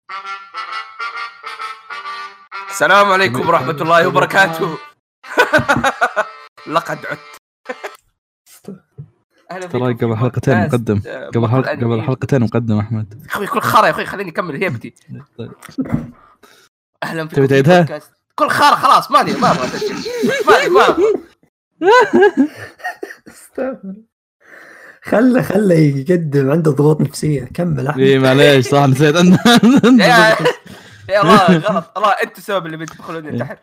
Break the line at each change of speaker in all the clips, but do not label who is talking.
السلام عليكم ورحمة الله وبركاته. لقد عدت.
ترى قبل حلقتين مقدم، قبل حلقتين مقدم أحمد.
أخوي كل خارة يا أخوي، خليني أكمل هيبتي. أهلا فيكم
في
بودكاست كل خارة. خلاص ما أبغى
خله يقدم، عنده ضغوط نفسية. كمل أحمد.
إيه معليش صح نسيت.
يا الله غلط، الله أنت السبب اللي بتدخلوني تحت.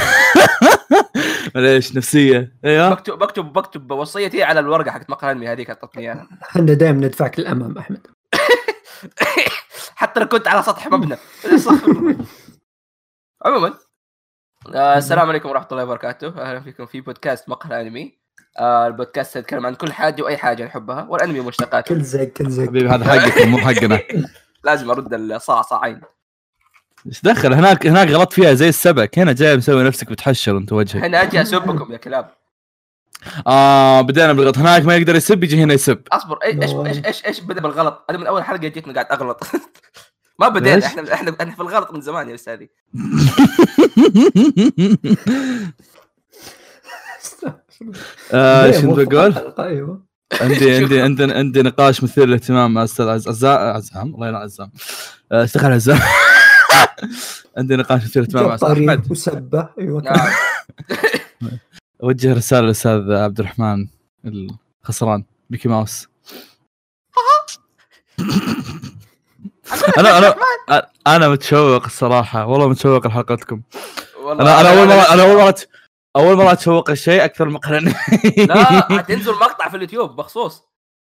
معليش نفسية. ايوه
بكتب وصيتي على الورقة حقت مقهى أنمي هذيك حطتني إياها.
احنا دائما ندفعك للأمام أحمد.
حتى لو كنت على سطح مبنى. عموما السلام عليكم ورحمة الله وبركاته. أهلا فيكم في بودكاست مقهى أنمي. البودكاست يتكلم عن كل حاجة وأي حاجة نحبها والأنمي ومشتقاته.
كل زي
حبيبي هذا حقك مو حقنا.
لازم أرد الصاعين.
ايش دخل هناك غلط فيها زي السبك، هنا جاي مسوي نفسك بتحشر انت وجهك.
هنا أجي أسبكم يا كلاب.
بدينا بالغلط. هناك ما يقدر يسب، يجي هنا يسب.
اصبر ايش بدا بالغلط؟ انا من اول حلقه جيتني قاعد اغلط. ما بدينا احنا في الغلط من زمان يا استاذي.
شنو بقول؟ عندي نقاش مثير للاهتمام مع استاذ عزام. الله يلعن عزام. اشتغل عزام. عندي نقاش مثير للاهتمام مع احمد
وسبه. ايوه
اوجه رساله للاستاذ عبد الرحمن الخسران ميكي ماوس. انا متشوق الصراحه، والله متشوق لحلقتكم. انا اول مره اتشوق الشيء اكثر مقرن.
لا تنزل مقطع في اليوتيوب بخصوص.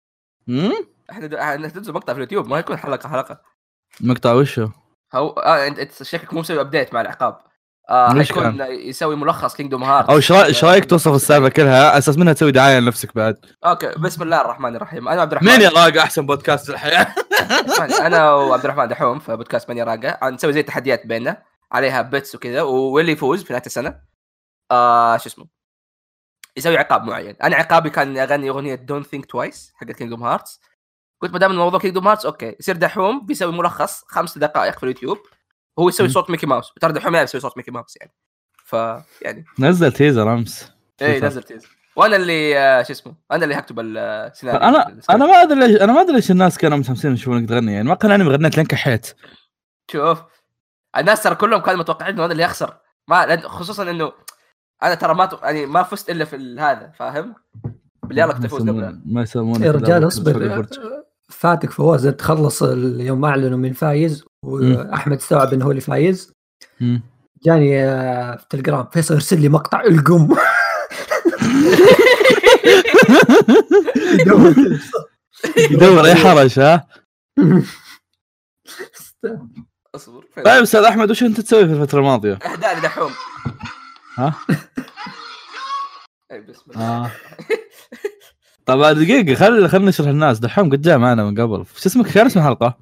احنا تنزل مقطع في اليوتيوب، ما يكون حلقه.
مقطع وشو
هو انت شكلك مو مسوي ابديت مع العقاب. هيكون يسوي ملخص كينجدوم هارت.
او ايش رايك توصف السالفه كلها اساس منها تسوي دعايه لنفسك بعد؟
اوكي بسم الله الرحمن الرحيم. انا عبد الرحمن.
مين يراقع احسن بودكاست في الحياه؟
انا وعبد الرحمن دحوم في بودكاست من يراقع، نسوي زي تحديات بيننا عليها بيتس وكذا، واللي يفوز في نهايه السنه شو اسمه يسوي عقاب معين. انا عقابي كان اغني اغنيه دونت ثينك توايس حق كينجدوم هارتس. قلت ما دام الموضوع كينجدوم هارتس اوكي، يصير دحوم بيسوي ملخص 5 دقائق في اليوتيوب، هو يسوي صوت ميكي ماوس. ترى دحوم يسوي صوت ميكي ماوس يعني. يعني
نزل تيزر امس.
نزل تيزر، وانا اللي شو اسمه انا اللي هكتب السيناريو.
انا ما ادري ليش الناس كانوا متحمسين يشوفونك تغني، يعني ما كان انا غنيت لين كحيت.
شوف الناس ترى كلهم كانوا متوقعين انه انا اللي اخسر، ما خصوصا انه انا ترى ما فزت الا في هذا، فاهم؟ باللي يلا تفوز قبل
ما يسمونه
يا رجال. اصبر فاتك فواز. تخلص اليوم اعلنوا من فايز واحمد استوعب انه هو اللي فايز. جاني في تليجرام فيصل ارسل لي مقطع القم.
يدور اي حرج. ها
اصبر.
طيب استاذ احمد وش انت تسوي في الفتره الماضيه؟
اهداني دحوم.
ها
اي بسم الله.
طبعا دقيقه خلينا نشرح الناس. دحوم قد جاء معنا من قبل. شو اسمك؟ كان اسم الحلقه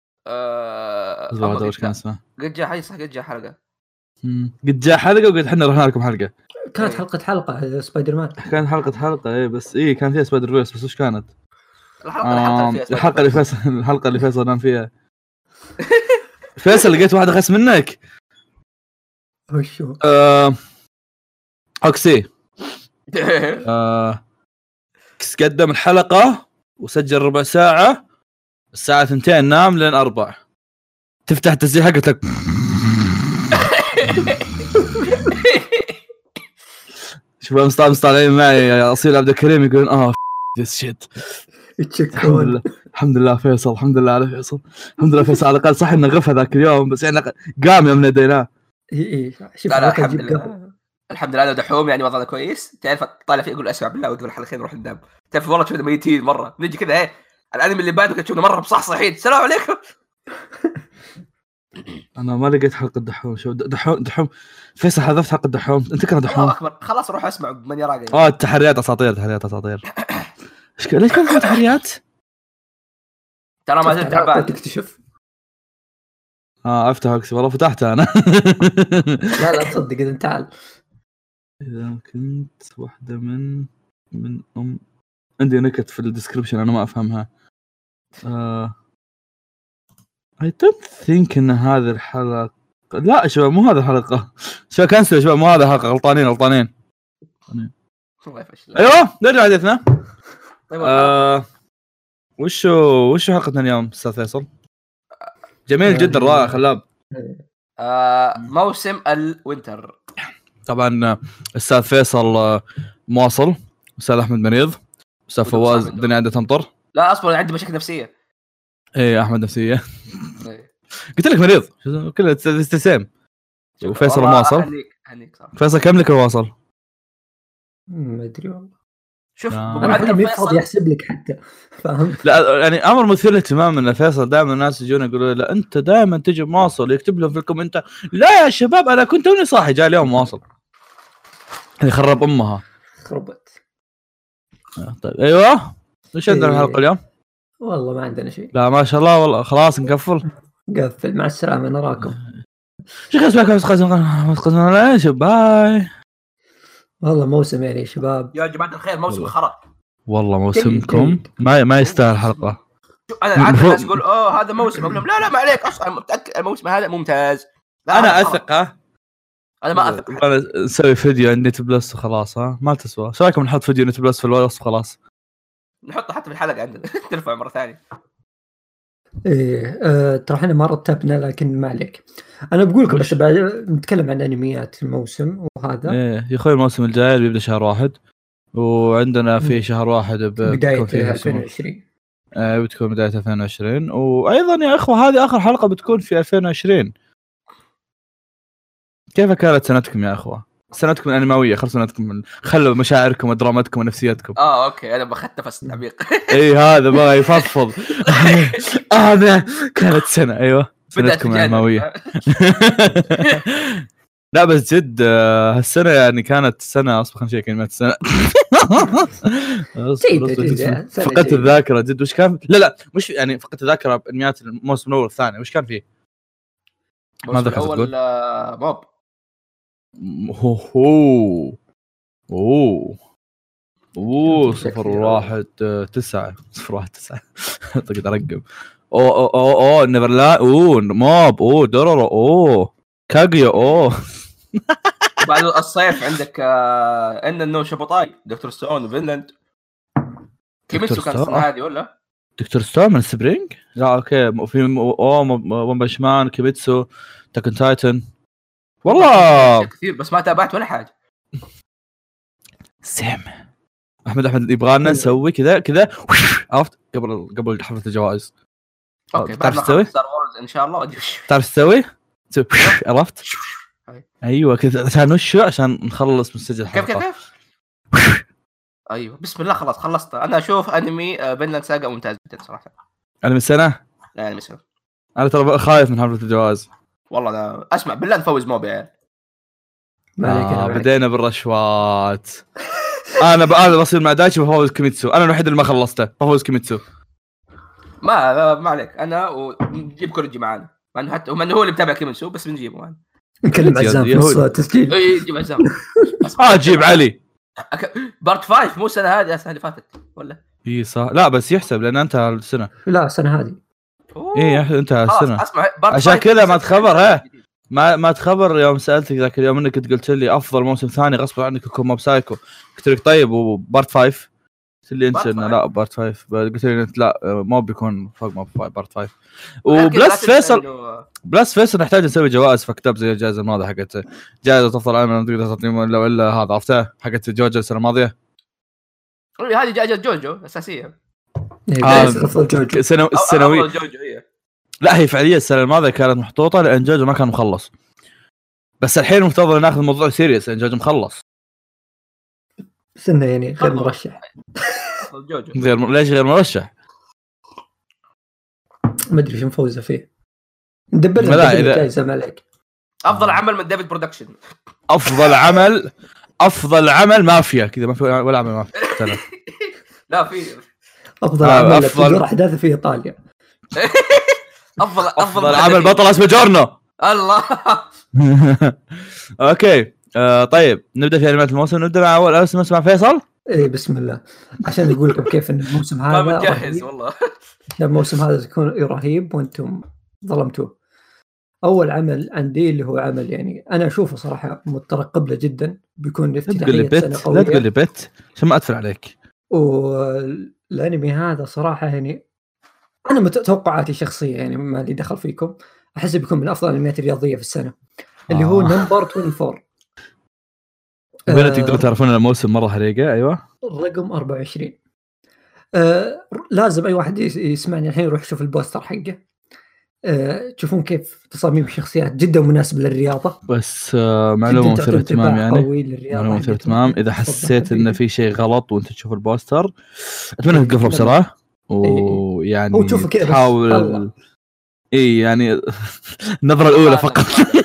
وش كان اسمه؟
قد جاء حي صح. قد جاء حلقه.
قد جاء حلقه وقلت احنا رحنا لكم حلقه.
كانت حلقه سبايدر مان.
كانت حلقه ايه بس ايه كان فيها سبايدر فيرس. بس وش كانت الحلقه اللي فيصل نام فيها؟ فيصل لقيت واحد اخس منك.
وشو
اوكسي قدم الحلقه وسجل ربع ساعه، الساعه 2 نام لين 4. تفتح التسجيل حقك لك شوف مصطلحين معي اصيل عبد الكريم يقولون ذس شيت. الحمد لله فيصل، الحمد لله على فيصل، الحمد لله فيصل على الاقل. صح انه غفى ذاك اليوم بس يعني قام يوم نديناه.
شوف
الحمد لله انا دحوم يعني وضعنا كويس. تعرف طالع فيه اقول اسمع بالله وقبل الحلقه نروح ننام. تعرف والله شفنا ميتين مره نجي كذا ايه الانمي اللي بعده كنت مره بصحصحين السلام عليكم.
انا ما لقيت حلقه دحوم. شو دحوم فيصل حذفت حلقه دحوم. انت كان دحوم
اكبر. خلاص روح اسمع من يراقع.
التحريات اساطير. ليش كان في تحريات؟
ترى ما زلت تعبان.
تكتشف
افتح اكس والله فتحتها انا.
لا تصدق اذا تعال.
اذا كنت واحده من عندي نكت في الديسكريبشن انا ما افهمها. I don't think ان هذه الحلقه لا يا شباب مو هذه الحلقه شباب كنسل يا شباب مو هذه الحلقه غلطانين
الله يفشل.
ايوه نرجع حديثنا.
طيب
وشو حلقتنا اليوم استاذ فيصل؟ جميل جدا رائع خلاب.
موسم الوينتر.
طبعا استاذ فيصل مواصل، استاذ احمد مريض، استاذ فواز الدنيا عنده تمطر.
لا اصبر عندي مشاكل نفسيه.
ايه احمد نفسيه. قلت لك مريض كله استسلام. وفيصل مواصل. فيصل كم لك الواصل؟
ما ادري والله.
شوف
انا ما فاضي يحسب لك حتى فاهم.
لا يعني امر مثير للاهتمام ان فيصل دائما الناس يجون يقولوا لا انت دائما تجي مواصل، يكتب لهم في الكومنت لا يا شباب انا كنت توني صاحي جاء اليوم مواصل. هذه خرب امها
خربت.
طيب ايوه ايش عندنا الحلقه اليوم؟
والله ما عندنا شيء.
لا ما شاء الله والله خلاص نقفل
مع السلامه نراكم.
شو اسمعكم ايش باي.
والله موسم يعني شباب
يا جماعه الخير موسم خرا
والله موسمكم ما يستاهل حلقه.
انا عارف الناس يقول هذا موسم اقول لهم لا ما عليك اصلا متاكد الموسم هذا ممتاز.
انا اثق
انا ما اثق.
انا نسوي فيديو عن نت بلس وخلاص ما تسوى. شو رايكم نحط فيديو نت بلس في الوصف خلاص
نحطه حتى في الحلقه عندنا ترفع مره ثانيه.
ايه ترى احنا ما رتبنا لكن ما عليك. انا بقول لكم بس نتكلم عن انميات الموسم وهذا.
ايه يا اخوي الموسم الجاي بيبدا شهر 1 وعندنا في شهر 1
بدايه 2020
بتكون بدايه 2020 وايضا يا اخوه هذه اخر حلقه بتكون في 2020. كيف كانت سنتكم يا اخوه؟ سنتكم الانمويه خلصوا سنتكم خلوا مشاعركم ودرامتكم ونفسيتكم.
اوكي انا بخدت نفس عميق.
اي هذا بقى يفضفض. هذا كانت سنه ايوه سنتكم الانمويه. لا بس جد هالسنه يعني كانت سنه اصبح خلينا نشيك كلمات السنه. فقدت الذاكره جد. وش كان؟ لا مش يعني فقدت الذاكره بانميات الموسم الاول والثاني. وش كان فيه؟
ما ذكرت اول موب.
اوه 019 اقدر ارقم. اوه نيفرلا موب دورورو كاغيو
بعد الصيف عندك ان نو شبطاي دكتور ستون وفينلاند. كيميتسو كان السنه هذه ولا
دكتور ستون من سبرينج؟ لا اوكي في ون بانش مان كيميتسو تاكن تايتن والله
كثير بس ما تابعت ولا حاجه.
سام احمد يبغانا نسوي كذا عرفت قبل حفله الجوائز.
اوكي بعد ما نخلص ستار وورز ان شاء الله
تعرف تسوي عرفت ايوه كذا عشان وشو عشان نخلص مسجل الحلقه.
كيف ايوه بسم الله خلاص خلصت. انا اشوف انمي فينلاند ساغا ممتاز جدا صراحه.
انمي السنه؟
لا انمي السنه.
انا ترى خايف من حفله الجوائز
والله انا اسمع بالله نفوز موب يا عيال.
بدينا بالرشوات. انا بصير مع دايتشي بفوز كيميتسو. انا الوحيد اللي ما خلصته بفوز كيميتسو.
ما عليك انا ونجيب كوريجي معانا مع انه حتى هو اللي متابع كيميتسو بس بنجيبه معنا.
نكلم عزام في التسجيل.
اي جيب عزام.
جيب علي
بارت 5 مو السنه هذه السنه اللي فاتت ولا
اي صح. لا بس يحسب لان انت السنه.
لا السنه هذه
ايه انت السنه
اسمع
عشان كذا ما تخبر ما تخبر. يوم سالتك ذاك اليوم انك قلت لي افضل موسم ثاني غصب عنك يكون موب سايكو. قلت لك طيب وبارت 5 قلت لي انت لا بارت 5. قلت لي انت لا موب بيكون فوق موب بارت 5. وبلس فيصل نحتاج نسوي جوائز في كتاب زي الجائزه الماضيه حقت جائزه افضل عمل تقدر تعطيهم ولا هذا عرفتها حقت جوجو السنه الماضيه.
هذه جائزه جوجو اساسيه.
افضل جوجو
السنوي. لا هي فعليا السنه الماضيه كانت محطوطه لان جوجو ما كان مخلص. بس الحين مفترض ناخذ الموضوع سيريس لان جوجو مخلص.
سنه يعني غير مرشح.
ليش غير مرشح؟
ما ادري شو مفوزه فيه. ندبر له جائزه مالك.
افضل عمل من ديفيد برودكشن.
افضل عمل مافيا كذا ما في ولا عمل مافيا.
لا في
افضل عمل تدور احداثه في ايطاليا.
افضل عمل بطل اسمه جورنو.
الله.
اوكي طيب نبدا في انميات الموسم. نبدا مع اول اسم اسمه فيصل.
ايه بسم الله عشان اقول لكم كيف ان الموسم هذا
ما متجهز والله.
الموسم هذا يكون رهيب وانتم ظلمتوه. اول عمل عندي اللي هو عمل يعني انا اشوفه صراحه مترقب له جدا، بيكون افتتاحيه سنه قويه.
لا تقول لي بت عشان ما ادفع عليك.
والانمي هذا صراحه يعني انا توقعاتي شخصيه يعني ما لي دخل فيكم، احس بيكون من افضل الانميات الرياضيه في السنه اللي هو نمبر 24.
وين تقدرون تعرفون الموسم مره حريقه؟ ايوه
رقم 24. لازم اي واحد يسمعني الحين يروح يشوف البوستر حقه. تشوفون كيف تصاميم الشخصيات جدا مناسبه للرياضه.
بس معلومه مثيره اهتمام يعني معلومه مثيره اهتمام. اذا حسيت ان في شيء غلط وانت تشوف البوستر اتمنى تقفله بسرعه ويعني تحاول يعني النظره الاولى فقط.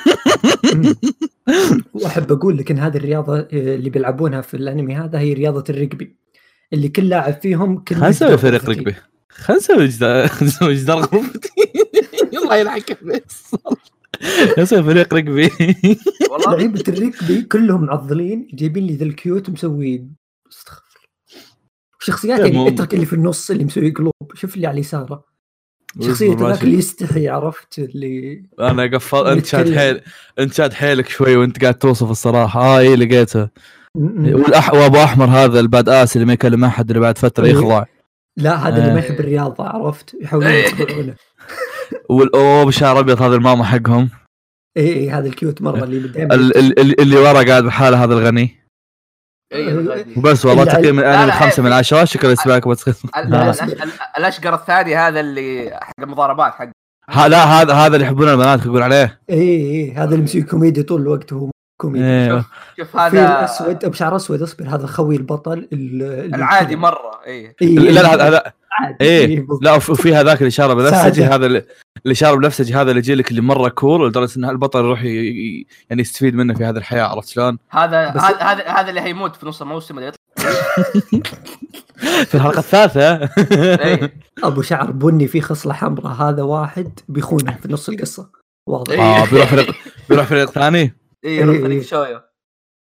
واحب اقول لك ان هذه الرياضه اللي بيلعبونها في الانمي هذا هي رياضه الرجبي، اللي كل لاعب فيهم
خلينا نسوي فريق رجبي، خلينا نسوي جدار غرفتي. الله يلعنك فيصل، نسوي فريق رجبي.
والله لعيبه الرجبي كلهم معضلين، جايبين لي ذا الكيوت مسوين استغفر. شخصيات يعني اترك اللي في النص اللي مسوي قلوب، شوف اللي على يساره شخصية ذاك اللي يستحي، عرفت اللي
انا قفل. انت شاد حيلك شوي وانت قاعد توصف الصراحه. اي لقيته. وابو احمر هذا الباد اس اللي ما يكلم احد، اللي بعد فتره يخضع.
لا هذا اللي ما يحب الرياضه، عرفت، يحاولون يخضعونه.
والاو بشعر ابيض هذا الماما حقهم.
اي هذا الكيوت مره
اللي ورا قاعد بحاله هذا الغني. وبس والله تقييم الانمي 5 من 10. شكرا لسماعكم.
الاشقر الثاني هذا اللي حق المضاربات حق
لا هذا اللي يحبون البنات يقول عليه.
اي هذا اللي مسوي كوميدي طول الوقت، هو كوميدي. شوف هذا الاسود بشعر اسود، اصبر هذا خوي البطل
العادي مره.
لا هذا لا وفي هذاك اللي شارب بنفسجي، هذا اللي شارب بنفسجي، هذا اللي يجي لك اللي مره كول لدرجه ان البطل يروح يعني يستفيد منه في هذه الحياه. عرفت شلون؟
هذا اللي هيموت في نص الموسم اللي يطلع
في الحلقه الثالثه.
ابو شعر بني في خصله حمراء، هذا واحد بيخونه في نص القصه واضح.
بيروح فريق ثاني.
يروح فريق شويه.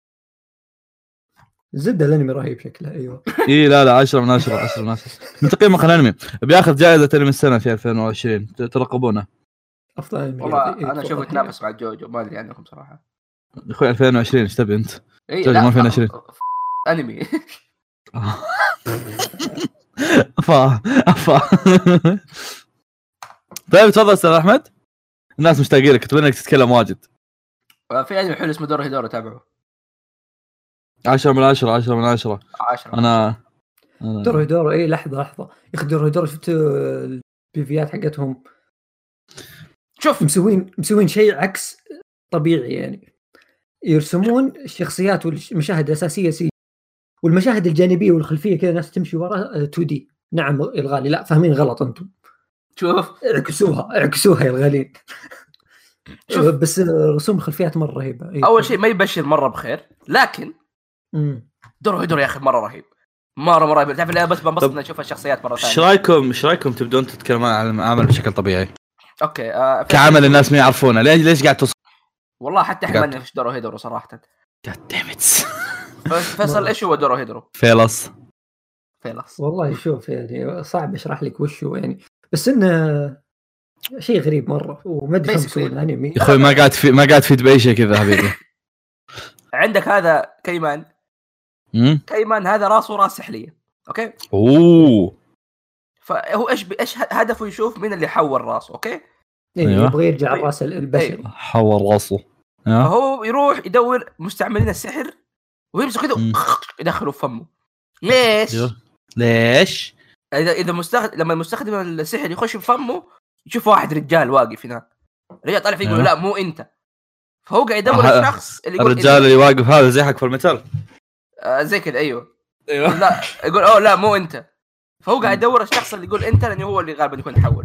زد الانمي رهيب شكله. ايوه
لا 10 من 10. 10 من 10 من تقييم الانمي. بياخذ جائزه انمي السنه في 2020. ترقبونه
افضل انمي.
والله انا اشوفه يتنافس مع جوجو، ما ادري عنكم صراحه.
اخوي 2020 ايش تبي انت؟ جوجو ما 2020
انمي.
افا طيب تفضل استاذ احمد. الناس مشتاقين لك، اتمنى انك تتكلم واجد.
في انمي حلو اسمه دورو تابعه.
10 من 10. 10 من 10. انا
دورو اي لحظه يا اخي. دورو شفت البيفيات حقتهم؟ شوف مسوين شيء عكس طبيعي يعني. يرسمون الشخصيات والمشاهد الاساسيه سي، والمشاهد الجانبيه والخلفيه كذا ناس تمشي ورا 2D. نعم الغالي، لا فاهمين غلط انتم.
شوف
اعكسوها يا الغالين. بس رسوم الخلفيات مره رهيبه.
اول شيء ما يبشر مره بخير، لكن دورو يا اخي مره رهيب، مره رهيب. تعرف لا بس بنبسط ان اشوف الشخصيات مره ثانيه. ايش رايكم
تبدون تتكلمون عن العمل بشكل طبيعي؟
اوكي
كعمل الناس ما يعرفونه. ليش قاعد توصل؟
والله حتى احنا ما نعرف دورو صراحه. فيصل ايش هو دورو؟
فيلص
والله شوف يعني صعب اشرح لك وش هو يعني، بس انه شيء غريب مره وما ادري شو مسوي الانمي
يا اخوي. ما قاعد في باي شيء كذا حبيبي.
عندك هذا كيمان. كيمان هذا راسه راس سحليه. اوكي فهو ايش هدفه؟ يشوف مين اللي حول راسه. اوكي
يبغى يرجع الراس البشري.
حول راسه.
فهو يروح يدور مستعملين السحر ويمسك كذا يدخلوا في فمه. ليش اذا لما المستخدم السحر يخش في فمه يشوف واحد رجال واقف هناك، رجال طالع فيه يقول لا مو انت. فهو قاعد يدور الشخص اللي يقول
الرجال اللي واقف هذا زي حق في المثال
زي كذا. ايوه لا يقول لا مو انت. فهو قاعد يدور الشخص اللي يقول انت، لانه هو اللي غالبا يكون تحول.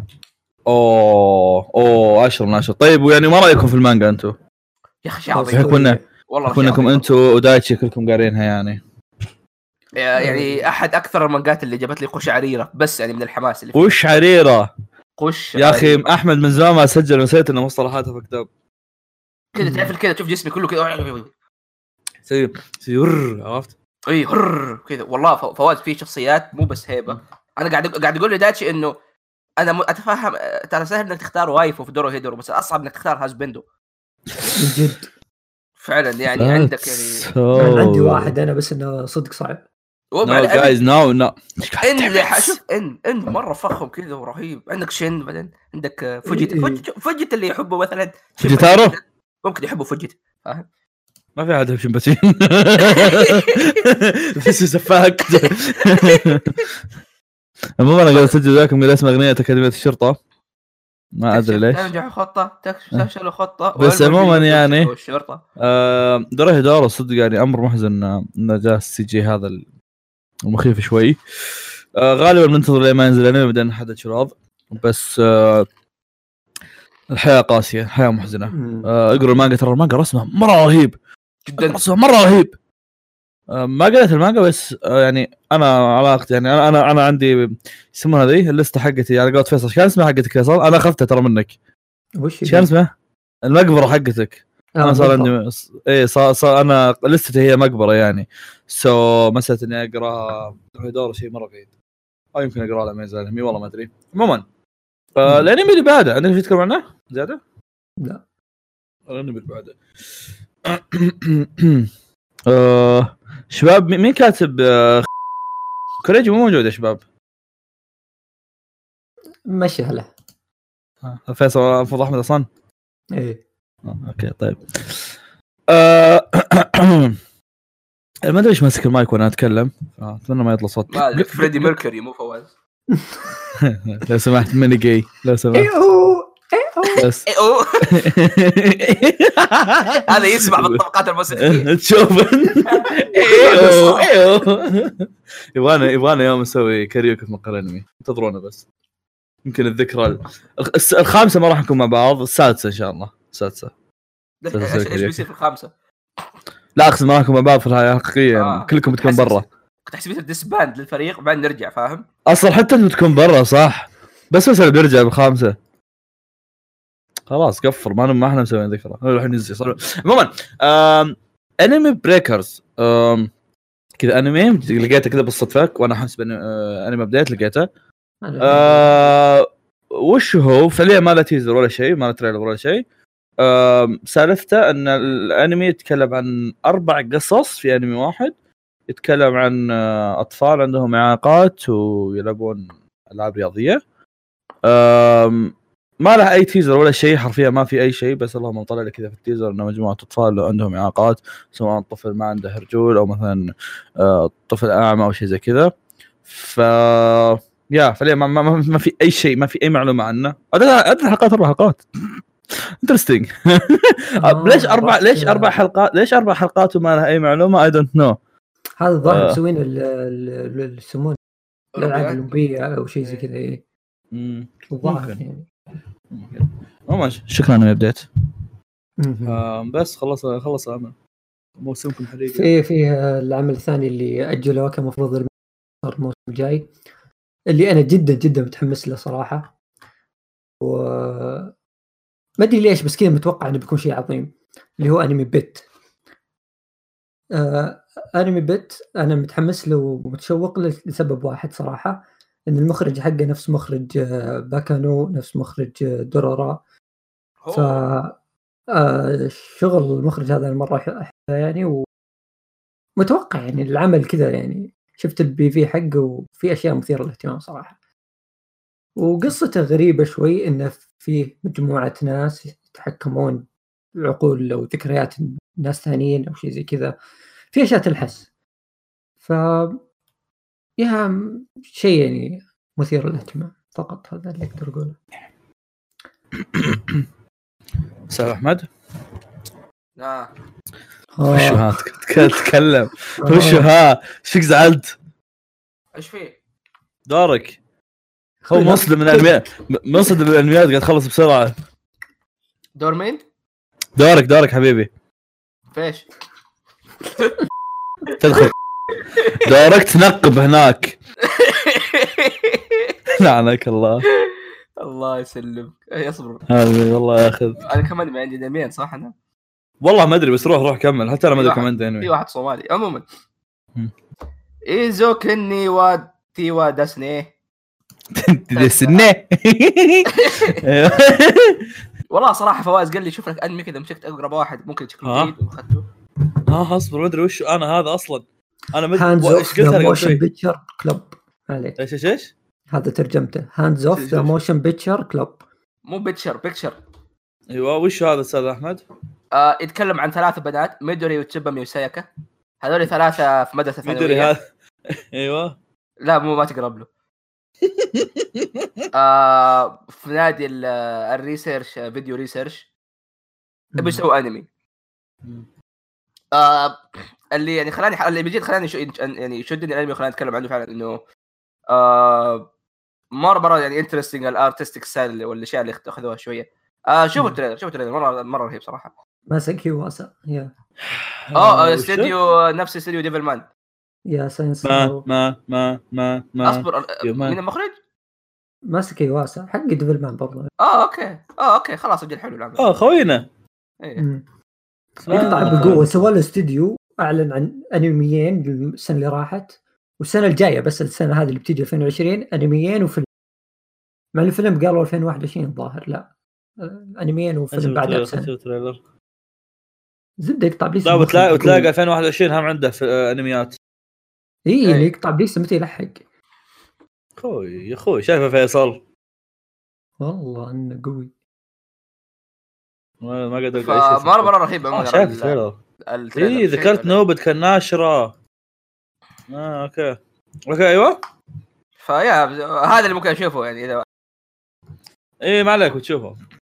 10 من 10. طيب ويعني ما رايكم في المانجا انتم
يا اخي؟ عظيم
والله. كونكم انتم ودايتشي كلكم قارينها
يعني احد اكثر المانجات اللي جابت لي قشعريره، بس يعني من الحماس اللي
قشعريره يا اخي. احمد من زمان ما سجل، نسيت انه مصطلحاته في كتاب
كذا. تعرف كذا تشوف جسمي كله كذا
سير عرفت
كذا. والله فواز فيه شخصيات مو بس هيبه. انا قاعد اقول لداتشي انه انا اتفهم ترى سهل انك تختار وايفو في دورو هيدرو، بس اصعب انك تختار هازبندو
من جد
فعلا. يعني عندك يعني
أنا عندي واحد انا بس انه صدق صعب.
نو جايز نو
شوف ان مره فخم كذا ورهيب. عندك شن، بعدين عندك فوجيت اللي يحبه مثلا
فوجيتارو
ممكن يحبوا فوجيت، فاهم؟
ما في احد يحب باتين بس سفاك. عموما انا قاعد اسجل ذاكم من اسم اغنيه اكاديميه الشرطه، ما ادري ليش
تنجح خطه تفشل خطه،
بس عموما يعني
الشرطه
دوري دور صدق يعني امر محزن انه جاء السي جي هذا المخيف شوي. غالبا بننتظر لين ما ينزل الانمي بعدين نحدد شراض. بس الحياه قاسيه، الحياه محزنه. اقرا المانجا، ترى المانجا رسمها مره رهيب
جدا،
رسمها مره رهيب. ما قريت المانجا بس يعني انا علاقتي يعني انا عندي يسمونها ذي اللسته حقتي على قولة فيصل. كان اسمها حقتك فيصل؟ انا اخذتها ترى منك.
وش
كان اسمها المقبره حقتك. انا صار عندي صار انا لستي هي مقبره يعني. مسألة اني اقراها دور شيء مره بعيد، او يمكن اقرا لها ما يزال مي والله ما ادري. عموما الانمي اللي بعده عندك شيء تتكلم عنه زياده؟
لا
الانمي اللي بعده شباب مين كاتب كوريجي؟ مو موجود يا شباب.
مشي له
فيصل فضل احمد اصلا.
ايه
اوكي طيب. ما ادري ايش ماسك المايك وانا اتكلم، اتمنى ما يطلع صوت
فريدي ميركوري مو فواز.
لو سمحت ماني جاي لو سمحت. بس
هذا يسمع بالطبقات الموسيقيه
تشوف. يبغانا يوم نسوي كاريوكي في مقال انمي، انتظرونا. بس يمكن الذكرى الخامسه ما راح نكون مع بعض، السادسه ان شاء الله. السادسه
ايش بيصير في الخامسه؟
لا اقصد ما راح نكون مع بعض في الحياه الحقيقيه. كلكم بتكون برا.
كنت احسب الديسباند للفريق وبعدين نرجع، فاهم؟
اصلا حتى انت بتكون برا صح، بس مثلا بيرجع بالخامسه خلاص قفر. ما احنا مسويين ذكرى الحين نزل. عموما انمي بريكرز كذا انمي لقيته كذا بالصدفه وانا احس انمي ابديت لقيته. وش هو فعليا ما له تيزر ولا شيء، ما له تريلر ولا شيء. سالفته ان الانمي يتكلم عن 4 قصص في انمي واحد. يتكلم عن اطفال عندهم اعاقات ويلعبون العاب رياضيه. ما له اي تيزر ولا شيء، حرفيا ما في اي شيء. بس اللهم طلع لي كذا في التيزر انه مجموعه اطفال عندهم اعاقات، سواء طفل ما عنده رجول او مثلا طفل اعمى او شيء زي كذا. فعليا ما في اي شيء، ما في اي معلومه عنه. عدد الحلقات 4 حلقات. انترستينج. ليش 4 حلقات؟ ليش 4 حلقات وما لها اي معلومه؟ اي دونت نو.
هذا الظاهر مسوين السمون الالعاب الاولمبيه او شيء زي كذا. ايه الظاهر يعني.
شكرا اني بديت. بس خلص عمل موسمكم حقيقي.
في العمل الثاني اللي اجله كان المفروض الموسم الجاي، اللي انا جدا متحمس له صراحه. و ما ادري ليش بس كذا متوقع انه بيكون شيء عظيم، اللي هو انمي بيت. انمي بيت انا متحمس له ومتشوق له لسبب واحد صراحه، ان المخرج حقه نفس مخرج باكانو، نفس مخرج دورورا. ف شغل المخرج هذا مره احبه يعني، ومتوقع يعني العمل كذا يعني. شفت البي في حقه وفي اشياء مثيره للاهتمام صراحه. وقصته غريبه شوي، انه في مجموعه ناس يتحكمون بعقول او ذكريات ناس ثانيين او شيء زي كذا، في اشياء تلحس. ف شيء يعني مثير للاهتمام فقط، هذا اللي اقدر اقوله.
استاذ احمد
وش
ها تتكلم؟ وش ها فيك زعلت؟
ايش فيه؟
دارك هو مصدم من الانميات، مصدم من الانميات قاعد تخلص بسرعه.
دور مين؟
دارك حبيبي.
فيش
تدخل دارك تنقب هناك. لعنك الله
يسلمك. اصبر
والله ياخذ.
انا كمان ما عندي دمين صح؟ انا
والله ما ادري، بس روح كمل. حتى انا ما ادري كمان ديني.
في واحد صومالي. عموما ايزو كني واتي ودسني
تدسنه.
والله صراحه فواز قال لي شوف لك انمي كذا مسكت اقرب واحد ممكن شكله جديد واخذته.
اصبر ما ادري وش انا هذا اصلا. انا
هاندز اوف ذا موشن بيكتشر كلوب عليك.
ايش
هذا ترجمته هاندز اوف ذا موشن بيكتشر كلوب.
مو بيكتشر.
ايوه وش هذا استاذ احمد؟
يتكلم عن 3 بنات ميدوري وتسوبامي وساياكا. هذول 3 في مدرسه ثانويه.
ميدوري هذا ايوه
لا مو ما تقرب له. في نادي الريسيرش فيديو ريسيرش يبي يسوي انمي. اللي يعني اللي بيجي خلاني يعني يشدني الانمي وخلاني اتكلم عنه فعلا انه مره يعني انترستينج الارتستيك ستايل والاشياء اللي اخذوها شويه. شوفوا التريلر مره رهيب صراحه.
ماسكي واسع يا
استوديو نفس استوديو ديفل مان
يا ساينس.
ما
اصبر من المخرج
ماسكي واسع حق ديفل مان برضه.
اوكي خلاص اجل حلو العمل.
خوينا
يقطع بقوه. سوى له استوديو اعلن عن انميين السنه اللي راحت والسنه الجايه، بس السنه هذه اللي بتيجي 2020 انميين وفيلم. مع الفيلم قالوا 2021 الظاهر. لا انميين وفيلم بعد سنه. زبده يقطع بليس.
لا وتلاقي 2021 هم عنده في انميات.
اللي يقطع بليس متى يلحق.
يا اخوي شايفه فيصل
والله انه قوي.
ما قدر اي شيء.
مره رهيب عموما.
شايف ذكرت نوبة كان ناشره. اوكي ايوه.
فيا هذا اللي ممكن اشوفه يعني اذا
ما عليك وتشوفه.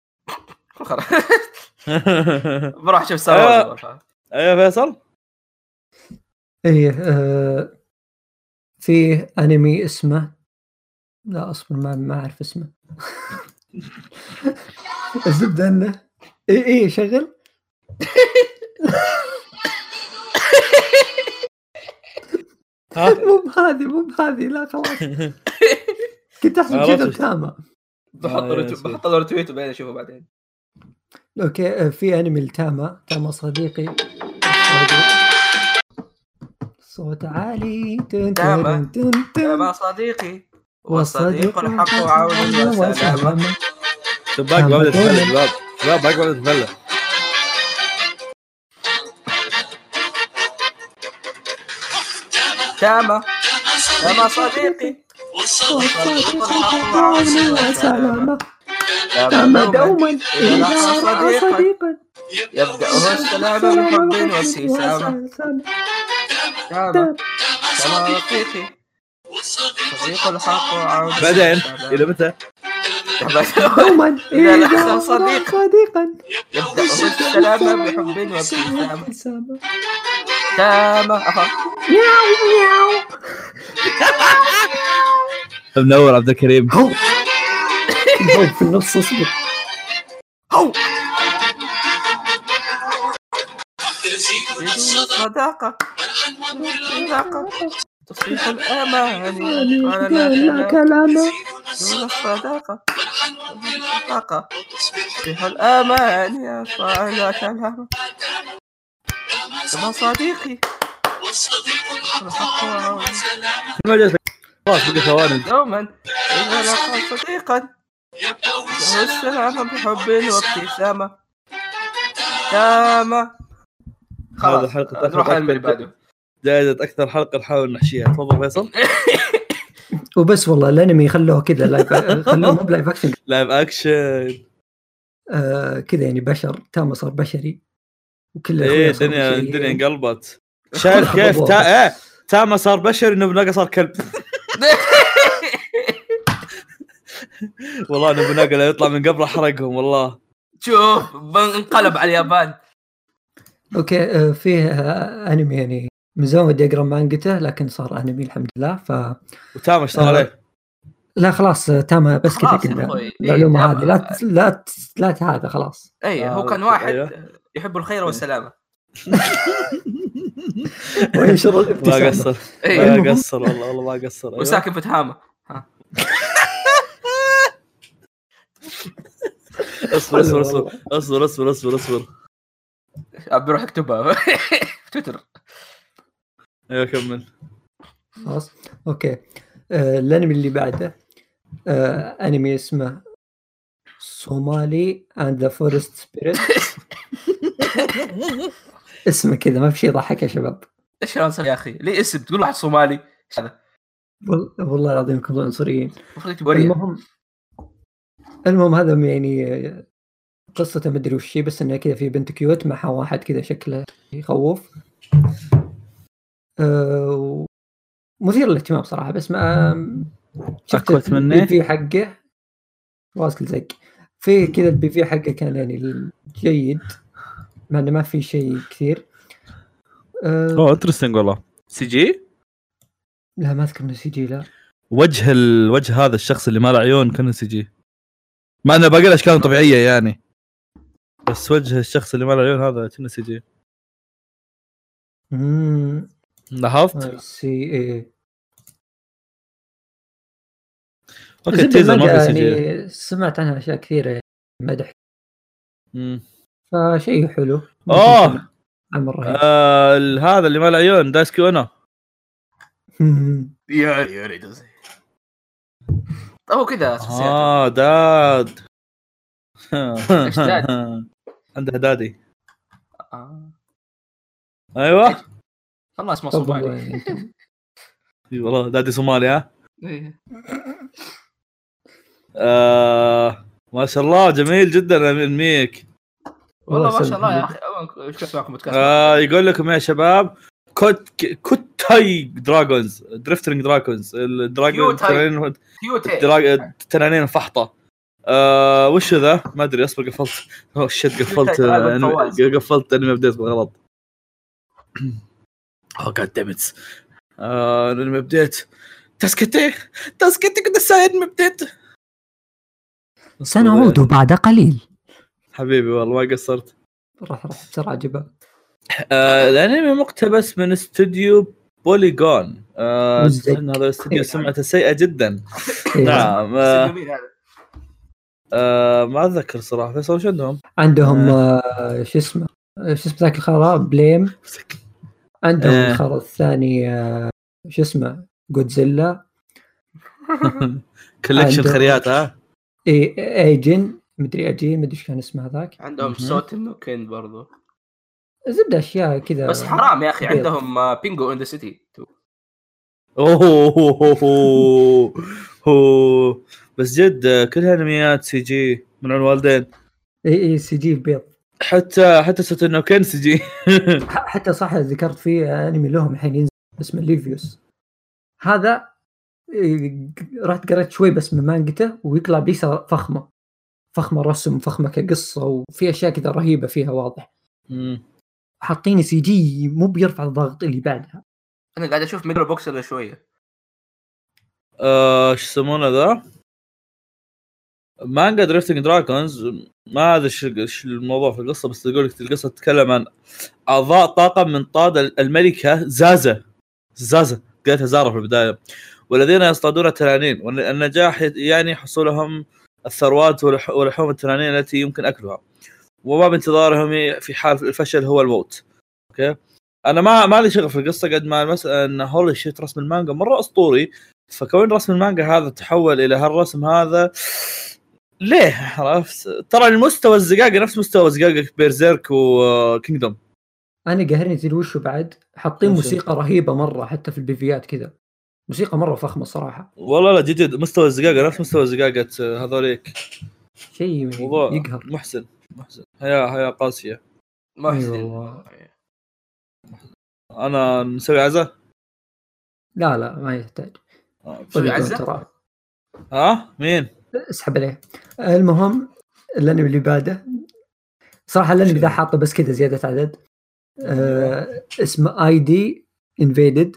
بروح اشوف سوا.
ايوه فيصل.
في انمي اسمه، لا اصبر ما اعرف اسمه. الزبده انه شغل. مو بهذه لا خلاص. كنت احسب كذا تامه.
بحط له تويت وبعدين اشوفه بعدين.
اوكي في انمي التاما صديقي. صوت عالي.
تاما صديقي والصديق الحق عون وسلامة.
شباك بابا تفلت شباك بابا تفلت. تاما
صديقي
والصديق الحق عون وسلامة. تاما دوما إذا صديقا
يبدأه السلام بحب وابتسامة. تاما صديقي صديق الحق عون.
بعدين إلى متى؟
دوما إذا صديقا
يبدأه السلام بحب وابتسامة. تاما
مياو
منور عبد الكريم.
هو في النص اصبر.
هو صداقة تصريح الأمان
لا كلام
دون الصداقة تصريح الأمان يا صاحب كلام. تاما صديقي
ما جلس خلاص بقى ثواني.
دوما إذا لقى صديقا له السلام بحب وابتسامة. تاما.
هذا حلقة
نروح على اللي بعده.
جائزة أكثر حلقة نحاول نحشيها. تفضل فيصل.
وبس والله الانمي خلوه كذا لايف. خلوه مو بلايف اكشن.
لايف اكشن
كذا يعني بشر. تاما صار بشري وكل
الدنيا انقلبت. شايف كيف تاما صار بشري نبناقة صار كلب. والله نبناقة لا يطلع من قبل حرقهم والله. شوف
انقلب على اليابان.
اوكي فيه انمي يعني من زمان ودي اقرا مانجته لكن صار انمي الحمد لله.
وتاما ايش صار عليه؟
لا خلاص تاما بس كذا المعلومه هذه لا هذا خلاص.
هو كان واحد يحب الخير والسلامه.
وينشر الابتسامه.
ما قصر والله ما قصر.
وساكن في تهامه.
اصبر
عبد الروح اكتبها في تويتر.
ايوه كمل
خلاص اوكي. الانمي اللي بعده انمي اسمه صومالي اند ذا فورست سبيريت. اسمه كذا، ما في شيء يضحك يا شباب.
ايش العنصر يا اخي؟ ليه اسم تقول واحد صومالي؟ ايش هذا؟
والله العظيم كلهم عنصريين.
المهم
هذا يعني قصته مدري وش هي، بس انه كذا في بنت كيوت مع واحد كذا شكله يخوف. مثير للاهتمام صراحه، بس ما شفت
مني
في حقه واصل زق في كذا. البي في حقه كان يعني جيد، مع انه ما في شيء كثير.
انترستنج والله. سي جي؟
لا ما اذكر انه سي جي. لا،
الوجه هذا الشخص اللي ما له عيون كان سي جي، مع انه باقي الاشكال طبيعيه يعني، بس وجه الشخص اللي ما له عيون هذا كان سي جي. لاحظت؟
سي اي.
اوكي التيزر ما في سي جي
يعني سمعت عنها اشياء كثيره مدح، فشيء حلو.
هذا اللي ما له عيون دايسكي انا
يا هو كذا
داد.
ايش داد؟
عنده دادي. ايوه
والله اسمه صومالي.
اي والله دادي صومالي. ها ما شاء الله جميل جدا الميك
والله ما شاء الله يا اخي. ايش اسمعكم بودكاست؟
يقول لكم يا شباب كوتاي دراجونز دريفترينج دراجونز الدراجون تنانين فحطه. وش ذا؟ ما ادري اصبر قفلت. قفلت انمي بديت غلط. جاد دامت. انمي بديت تسكتي كنت سايد بديت.
سنعود بعد قليل
حبيبي والله ما قصرت.
راح بسرعه جبال.
الانمي مقتبس من استوديو بوليغون. هذا الاستوديو سمعته سيئه جدا. نعم. ما اتذكر صراحه. فيصل وش عندهم
شو اسمه ذاك الخرا بليم. عندهم الخرا الثاني شو اسمه جودزيلا.
كولكشن خريات.
ايجن مدري ايش كان اسمه هذاك.
عندهم صوت انه كين برضو
زبده اشياء كذا.
بس حرام يا اخي عندهم بينجو ان ذا سيتي.
بس جد كلها انميات سي جي من الوالدين.
اي سي جي بيض.
حتى صوت انه كان سي جي.
حتى صح ذكرت فيه انمي لهم الحين ينزل اسمه ليفيوس. هذا رحت قرأت شوي بس من مانجته، ويطلع بيسا فخمة رسم، فخمة كقصة، وفي أشياء كذا رهيبة فيها واضح. حاطين سي جي مو بيرفع الضغط اللي بعدها.
أنا قاعد أشوف ميجرو بوكس إلا شوية.
شو يسمونه ذا؟ مانجا دريفتنج دراجونز. ما هذا الموضوع في القصة، بس تقول لك القصة تتكلم عن أعضاء طاقم من طاد الملكة زازا قالتها زارة في البداية، والذين يصطادون التنانين، والنجاح يعني حصولهم الثروات ولحوم التنانين التي يمكن أكلها، وما بانتظارهم في حال الفشل هو الموت. أوكي، أنا ما لي شغل في القصة قد ما المسألة أن هولي شيت رسم المانجا مرة أسطوري، فكون رسم المانجا هذا تحول إلى هالرسم هذا ليه؟ عرفت ترى المستوى الزقاقة نفس مستوى زقاقة بيرزيرك وكينجدوم.
أنا قاهرني تدري وشو بعد حاطين موسيقى رهيبة مرة، حتى في البيفيات كذا موسيقى مرة فخمة صراحة.
والله لا جد مستوى الزقاقة نفس مستوى زقاقة هذوليك،
شيء يقهر.
محسن هيا قاسية.
محسن.
أنا نسوي عزة؟
لا ما يحتاج.
نسوي عزة؟
مين؟
اسحب عليه. المهم الانمي اللي بعده صراحة الانمي ذا حاطه بس كذا زيادة عدد. اسمه ID Invaded.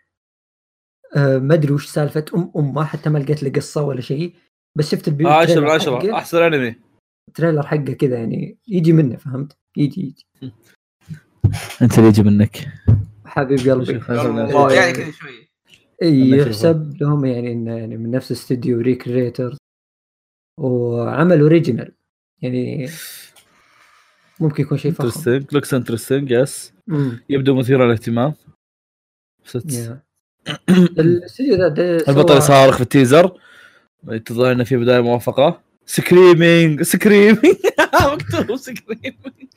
ما ادري وش سالفه امه، حتى ما لقيت له قصه ولا شيء، بس شفت
10/10 احسن انمي.
التريلر حقه كذا يعني يجي منه، فهمت؟ يجي
انت اللي يجي منك
حبيب قلبي.
يعني كذا شوي
يحسب لهم يعني من نفس استوديو ريكريتر، وعمل اوريجينال، يعني ممكن يكون شيء فخم.
لوكس انترستينج يس. يبدو مثير للاهتمام.
الاستوديو ذا
البطل صارخ في التيزر تظهر ان في بدايه موافقه. سكريمينج مكتوب سكريمينج.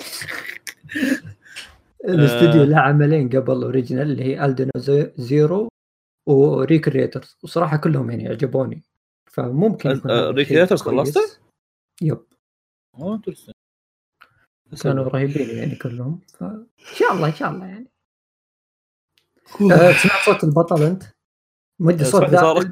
الاستوديو له عملين قبل اوريجينال اللي هي الدنا زيرو وريكريترز، وصراحه كلهم يعني عجبوني، فممكن يكون
ريكريترز خلصته؟
يب كانوا رهيبين يعني كلهم، فان شاء الله يعني. سمعت صوت البطل انت؟ مدي صوت ذا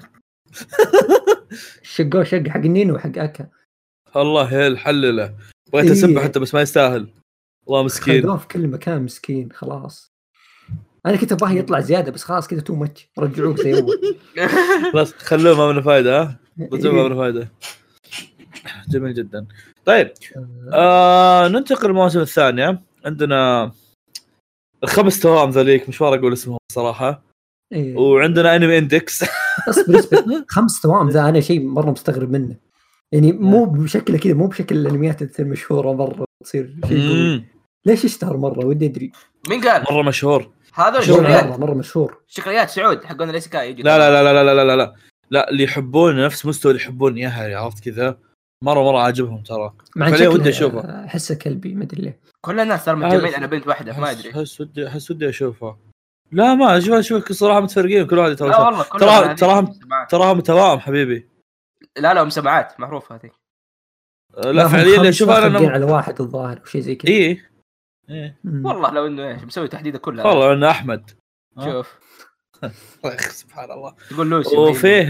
شقوا شق حق نينو وحق اكا.
الله الحلله بغيت اسبح حتى بس ما يستاهل والله مسكين.
خذوه في كل مكان مسكين خلاص. انا كنت ابغاه يطلع زياده بس خلاص كذا تو ماتش، رجعوه زي اول.
خلاص خلوه ما منه فايده. رجعوه ما منه فايده. جميل جدا. طيب ننتقل للموسم الثاني. عندنا الخمس توام ذليك مشوار اقول اسمهم صراحه. وعندنا انمي اندكس.
اصبر 5 توام ذا انا شيء مره مستغرب منه يعني، مو بشكله كذا، مو بشكل الانميات المشهوره مره تصير شيء قوي. ليش اشتهر مره ودي ادري.
مين قال
مره مشهور؟
هذا الشكليات
مره مشهور.
شكليات سعود حقون الايسكاي يجي.
لا اللي يحبون نفس مستوى اللي يحبون اياها، عرفت كذا مره عاجبهم ترى. فليه ودي اشوفه.
احسه كلبي ما ادري ليه.
كل الناس صار متجمعين على بنت واحده ما ادري.
احس ودي اشوفه. لا ما اشوفك صراحه متفرقين كل واحد يتوجه.
لا والله
تراهم توام حبيبي.
لا مسمعات معروف هذه.
لا فعليا اشوف انا
على واحد الظاهر او شيء زي كذا.
ايه
والله لو انه ايش مسوي تحديده كلها.
والله انه احمد
شوف
سبحان الله.
تقول لوسي
وفيه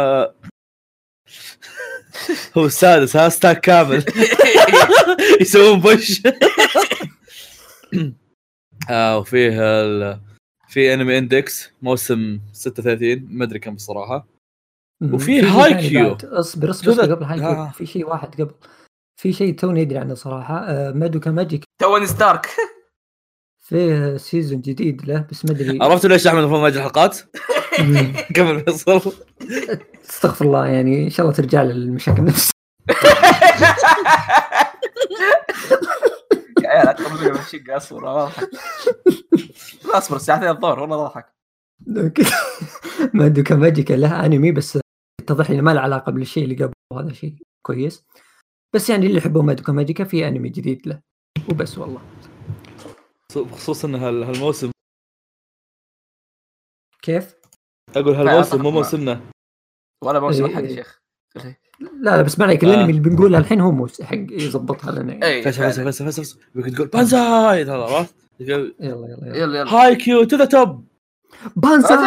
هو السادس ستاك كامل يسوون بوش. وفيه في انمي اندكس موسم 36 ما ادري كم بصراحه. وفي هاي كيو.
اصبر قبل هاي كيو في شيء واحد قبل، في شيء توني ادري عنه صراحه. مادوكا ماجيك
توني ستارك
فيه سيزون جديد له بس ما ادري.
عرفت ليش احمد المفروض ما يجي الحلقات قبل فيصل؟
استغفر الله يعني ان شاء الله ترجع للمشاكل نفسها.
يا عيال اطلبوا من الشقه اصبر واضحك. لا اصبر ساعتين الظهر والله ضحك.
مادوكا ماجيك له انمي بس اتضح لي ما له علاقه بالشيء اللي قبل، وهذا شيء كويس. بس يعني اللي يحبون مادوكا ماجيكا في انمي جديد له وبس. والله
خصوصا هالموسم.
كيف
اقول هالموسم مو موسمنا
ولا موسم حق شيخ.
لا بس معنى الانمي اللي بنقوله الحين هو حق يضبطها لنا.
بس تقول بانزاي هذا عرفت.
يلا
هاي كيو تو ذا توب
بانزاي.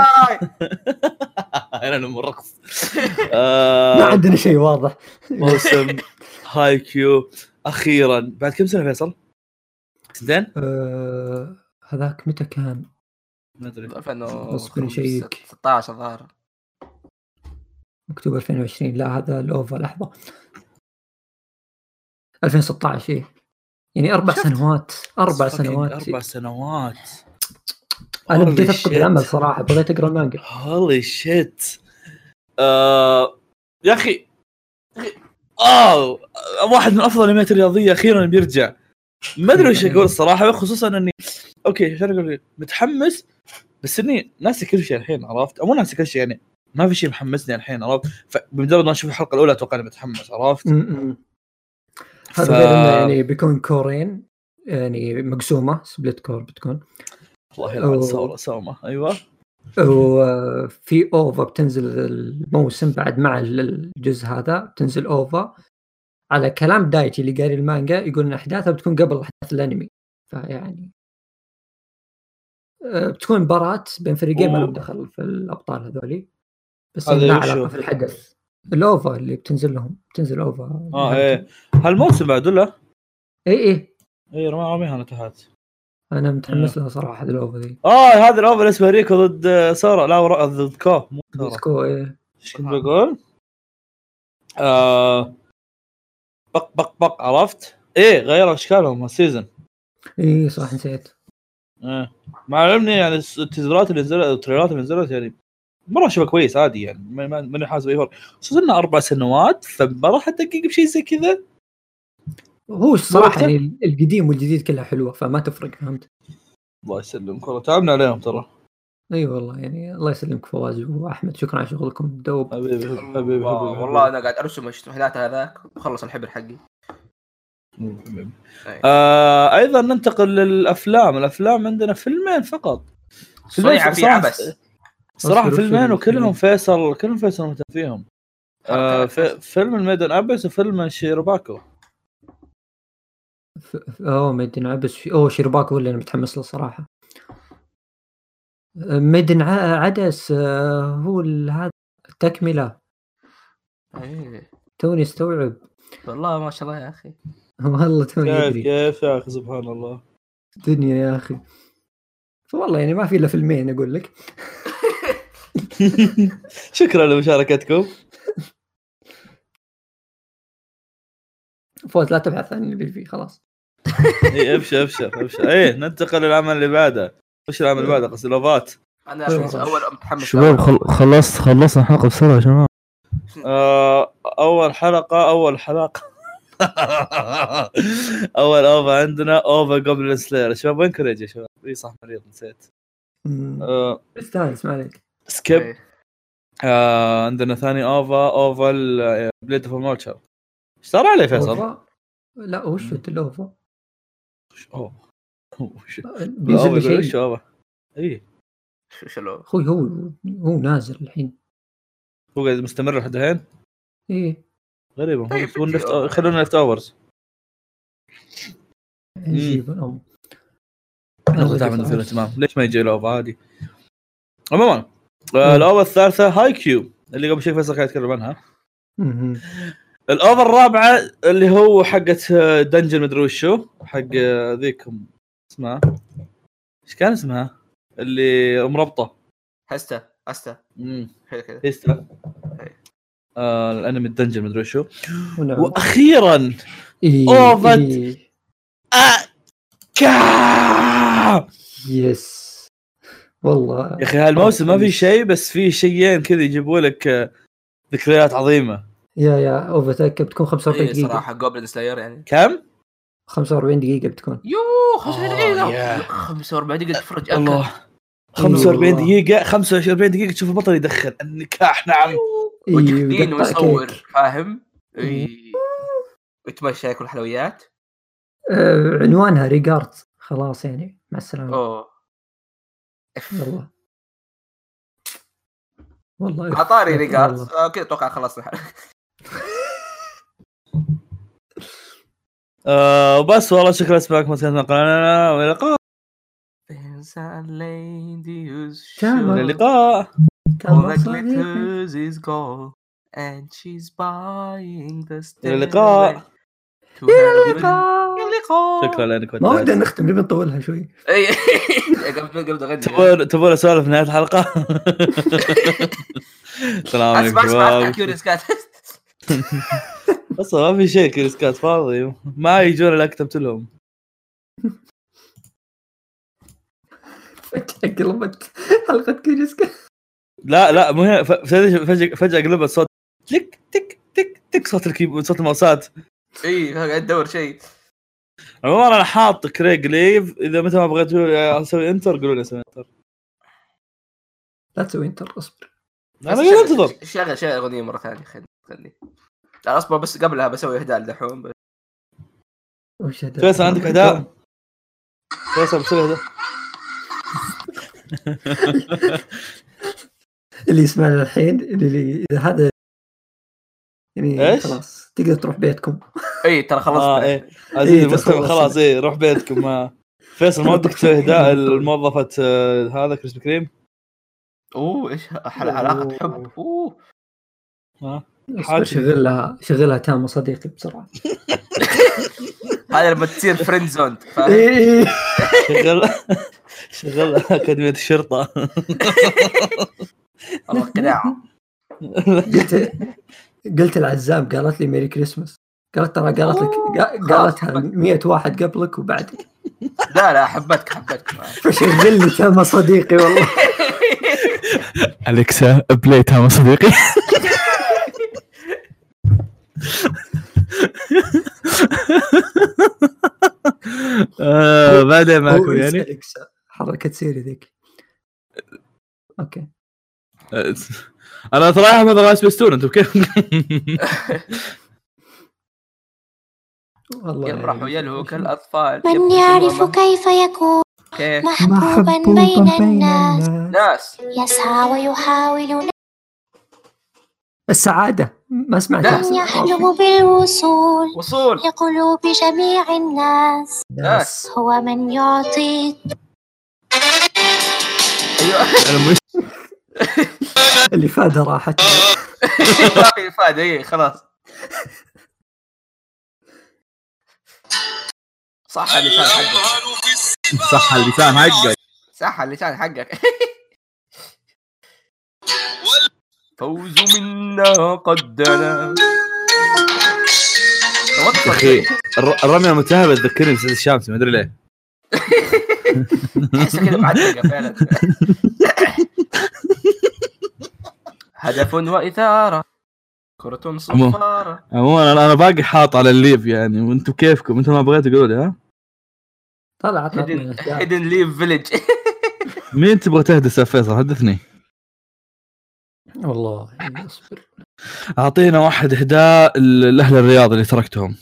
انا مرقص.
ما عندنا شيء واضح.
موسم هاي كيو اخيرا بعد كم سنه فيصل؟ سنتين؟
هذاك متى كان؟
ما ادري
2016 الظاهر
اكتوبر 2020. لا هذا الاوفا لحظه 2016 ايه يعني 4 سنوات. 4 سنوات. انا بديت افقد الامل صراحه، بغيت اقرا المانجا.
هولي شيت. يا اخي واحد من افضل الانميات الرياضيه اخيرا بيرجع. ما ادري ايش اقول الصراحه، خصوصا اني اوكي عشان اقول متحمس بس اني ناسي كل شيء الحين عرفت، او مو ناسي كل شيء يعني ما في شيء محمسني الحين عرفت. فبمجرد ما اشوف الحلقه الاولى اتوقع اني متحمس عرفت.
هذا غير انه يعني بيكون كورين يعني مقسومه سبليت كور بتكون.
الله يلعن سومه. ايوه
وفي اوفا بتنزل الموسم بعد مع الجزء هذا بتنزل اوفا. على كلام دايتشي اللي قاري المانجا يقول ان احداثها بتكون قبل احداث الانمي، فيعني بتكون مباراة بين فريقين ما لهم دخل في الابطال هذولي، بس ما علاقه في الحدث. الاوفا اللي بتنزل لهم بتنزل اوفا.
ايه هالموسم بعد ولا
ايه
رميها انا تحت.
انا متحمس لها صراحه الاوفا دي.
هذا الاوفا اسمه ريكو ضد سارة. لا ضد كو مو
كو. ايه
ايش كنت بقول؟ بق عرفت. ايه غيروا اشكالهم السيزون.
ايه صح نسيت.
مع علمني يعني التيزرات اللي نزلت التريلرات اللي نزلت يعني مره شبه كويس عادي يعني ما حاسب اي فرق. خصوصا 4 سنوات فما راح ادقق بشيء زي كذا.
هو الصراحه يعني القديم والجديد كلها حلوه فما تفرق. فهمت.
الله يسلمك والله تعبنا عليهم ترى.
اي والله يعني الله يسلمك فواز واحمد، شكرا على شغلكم الدوب.
حبيبي
والله انا قاعد ارسم الشحنات هذاك وخلص الحبر حقي.
ايضا ننتقل للافلام. الافلام عندنا فيلمين فقط،
صريحه في عبس
صراحه فيلمين وكلهم فيصل مهتم فيهم. فيلم الميدن ابس وفيلم شيرباكو.
ميدن عبس شيرباكو اللي انا متحمس له صراحه. ميدن عدس هو هذا التكمله. توني استوعب
والله ما شاء الله يا اخي.
والله توني ادري
كيف يا اخي سبحان الله
الدنيا يا اخي. والله يعني ما في الا فيلمين اقول لك.
شكرا لمشاركتكم.
فوز لا تبحث عن اللي فيه خلاص.
اي ابشر ننتقل للعمل اللي بعده. وش العمل اللي بعده؟ قصيلوفات.
انا اول متحمس
شباب خلصنا الحلقه بسرعه يا جماعه. اول حلقه اول اوفا عندنا اوفا قبل سلاير. شباب وين كوريج يا شباب؟ اي صح مريض نسيت.
استانس ما عليك
سكيب. عندنا ثاني اوفا بليد اوف مولتشر. ايش صار عليه فيصل؟
لا وش اللوفا؟
وش
بينزل شيء
اوفا؟ اي
شو اللوفا
اخوي؟ هو نازل الحين،
هو قاعد مستمر لحد الحين.
ايه
غريبة. خلونا ليفت اوفرز
نجيب الام.
انا تعمل الفيلم تمام. ليش ما يجي الاوفا عادي؟ عموما الاوفا الثالثة هاي كيو اللي قبل شوي فيصل قاعد يتكلم عنها. الاوفا الرابعة اللي هو حقت دنجن مدري وشو حق ذيكم اسمها ايش كان اسمها اللي مربطة استا الانمي الدنجن مدري وشو. واخيرا اوفا
يس والله
يا اخي هالموسم ما في شيء، بس في شيئين كذا يجيبوا لك ذكريات عظيمه.
يا اوفرتاك بتكون 45 دقيقه
صراحه جوبلن سلاير يعني
كم
45 دقيقه بتكون.
45 دقيقه تفرج
الله 45 دقيقه 45 دقيقه تشوف البطل يدخل النكاح. نعم
ويدخلين ويصور فاهم ويتمشى ياكل حلويات.
عنوانها ريجارد خلاص يعني مع السلامه. والله
عطاري ريجارد كذا اتوقع خلصنا.
وبس والله شكرا لسماعكم وسمعنا قناتنا والى اللقاء. الى اللقاء. الى اللقاء. شكرا لانك
ما ودنا نختم نبي نطولها شوي.
قبل اغني
تبغى اسولف نهايه الحلقه. السلام عليكم
اسمع كيوريسكات.
اصلا ما في شيء كيوريسكات فاضي ما يجون الا كتبت لهم.
فجأة قلبت حلقة كيوريسكات.
لا مو هنا فجأة قلبت صوت تك تك تك تك صوت الكيبورد صوت الماوسات.
اي قاعد ادور شيء.
عموما انا حاط كريج ليف اذا متى ما بغيتوا اسوي انتر قولوا لي اسوي انتر.
لا تسوي انتر اصبر.
انا قاعد انتظر.
شغل اغنيه مره ثانيه خلني لا اصبر بس قبلها بسوي اهداء لدحوم.
وش هذا؟
فيصل عندك اهداء؟ فيصل بسوي اهداء.
اللي يسمعنا الحين اللي اذا هذا يعني خلاص تقدر تروح بيتكم.
اي ترى خلاص
ايه عزيزي المستمع خلاص ايه روح بيتكم. ما فيصل ما ودك تسوي اهداء الموظفة هذا كريسبي كريم؟
ايش علاقة حب؟
شغلها تامة صديقي بسرعة.
هذا لما تصير فريند زون
شغل أكاديمية الشرطة.
الله قناعة.
قلت العزام قالت لي ميري كريسماس. قالت ترى قالتها 100 واحد قبلك وبعدك.
لا حبتك
فشغل لي تامة صديقي والله.
أليكسا بلاي تامة صديقي. بعدين معكم يعني
حركة سيري ذيك اوكي
انا ترى احمد راس بستون انتم كيف؟
والله
يفرح ويلهو كالاطفال.
من يعرف كيف يكون
كيف
محبوبا بين الناس
ناس
يسعى ويحاول
السعادة ما سمعت
أن يحلم بالوصول
وصول
لقلوب جميع الناس
ناس
هو من يعطي
ايوه
اللي فاده راحت
باقي فاد اي خلاص صح اللسان حقك
صح اللسان حقك
صح اللسان حقك فوز منا قد دنا
يا اخي الرميه المتهبه تذكرني بسيد الشامسي ما ادري ليه
تحس كذا معلقه فعلا هدف واثاره كرة صفارة.
عموما انا باقي حاط على الليف يعني وانتم كيفكم انتم ما بغيتوا تقولوا ها
طلعت
هيدن ليف فيليج.
مين تبغى تهدس يا فيصل حدثني
والله اصبر
اعطينا واحد اهداء لاهل الرياض اللي تركتهم.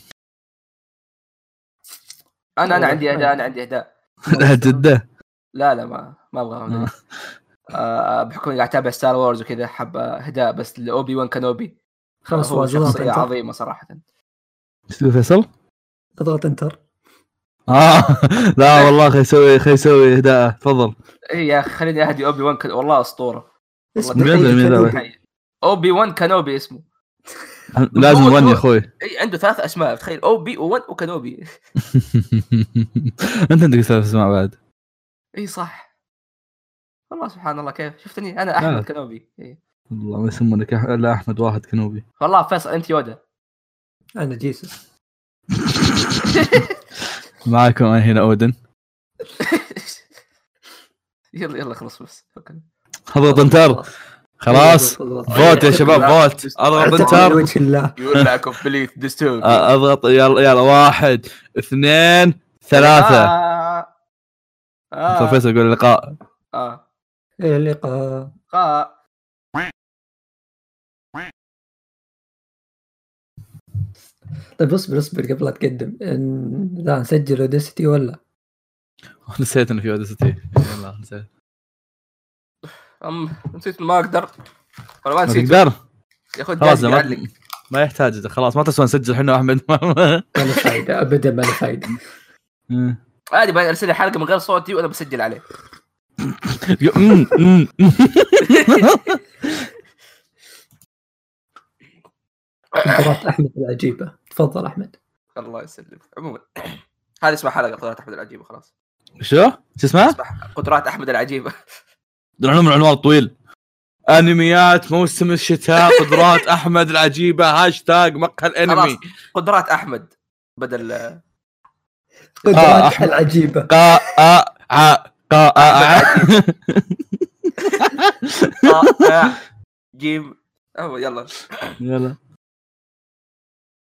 انا عندي اهداء
جده
لا ما ابغى بحكم قاعد اتابع ستار وورز وكذا حب اهداء بس لاوبي وان كانوبي.
خلاص
هو شخصية عظيمة صراحة.
ايش تقول فيصل؟
اضغط انتر.
لا والله خي يسوي اهداء تفضل.
اي يا اخي خليني اهدي اوبي وان والله اسطورة. اوبي وان كانوبي اسمه.
لازم وان يا اخوي.
اي عنده 3 اسماء تخيل اوبي وان وكانوبي.
انت عندك 3 اسماء بعد.
اي صح والله سبحان الله كيف شفتني انا احمد كانوبي.
والله ما يسمونك الا احمد واحد كانوبي.
والله فيصل انت يودا.
انا جيسوس.
معكم هنا اودن.
يلا خلص بس
اضغط انتر خلاص. فوت يا شباب فوت. اضغط انتر
وجه الله.
يقول لك كومبليت ديستور.
اضغط يلا 1 2 3. فيصل يقول اللقاء.
اللقاء. طيب اصبر قبل لا تقدم. لا نسجل اوديسيتي ولا
نسيت انه في اوديسيتي. يلا نسيت.
نسيت ما اقدر ولا ما نسيت
تقدر
ياخذ
خلاص ما يحتاج خلاص ما تسوى نسجل احنا احمد.
ما له فايده ابدا ما له فايده.
عادي بقى ارسل لي حلقه من غير صوتي وانا بسجل عليه.
قدرات احمد العجيبه. تفضل احمد.
الله يسلمك. عموما هذه اسمها حلقه قدرات احمد العجيبه خلاص.
شو اسمها؟
قدرات احمد العجيبه.
العنوان من العنوان الطويل. انميات موسم الشتاء قدرات احمد العجيبه هاشتاج مقهى الانمي.
قدرات احمد بدل
قدرات العجيبه.
جيم يلا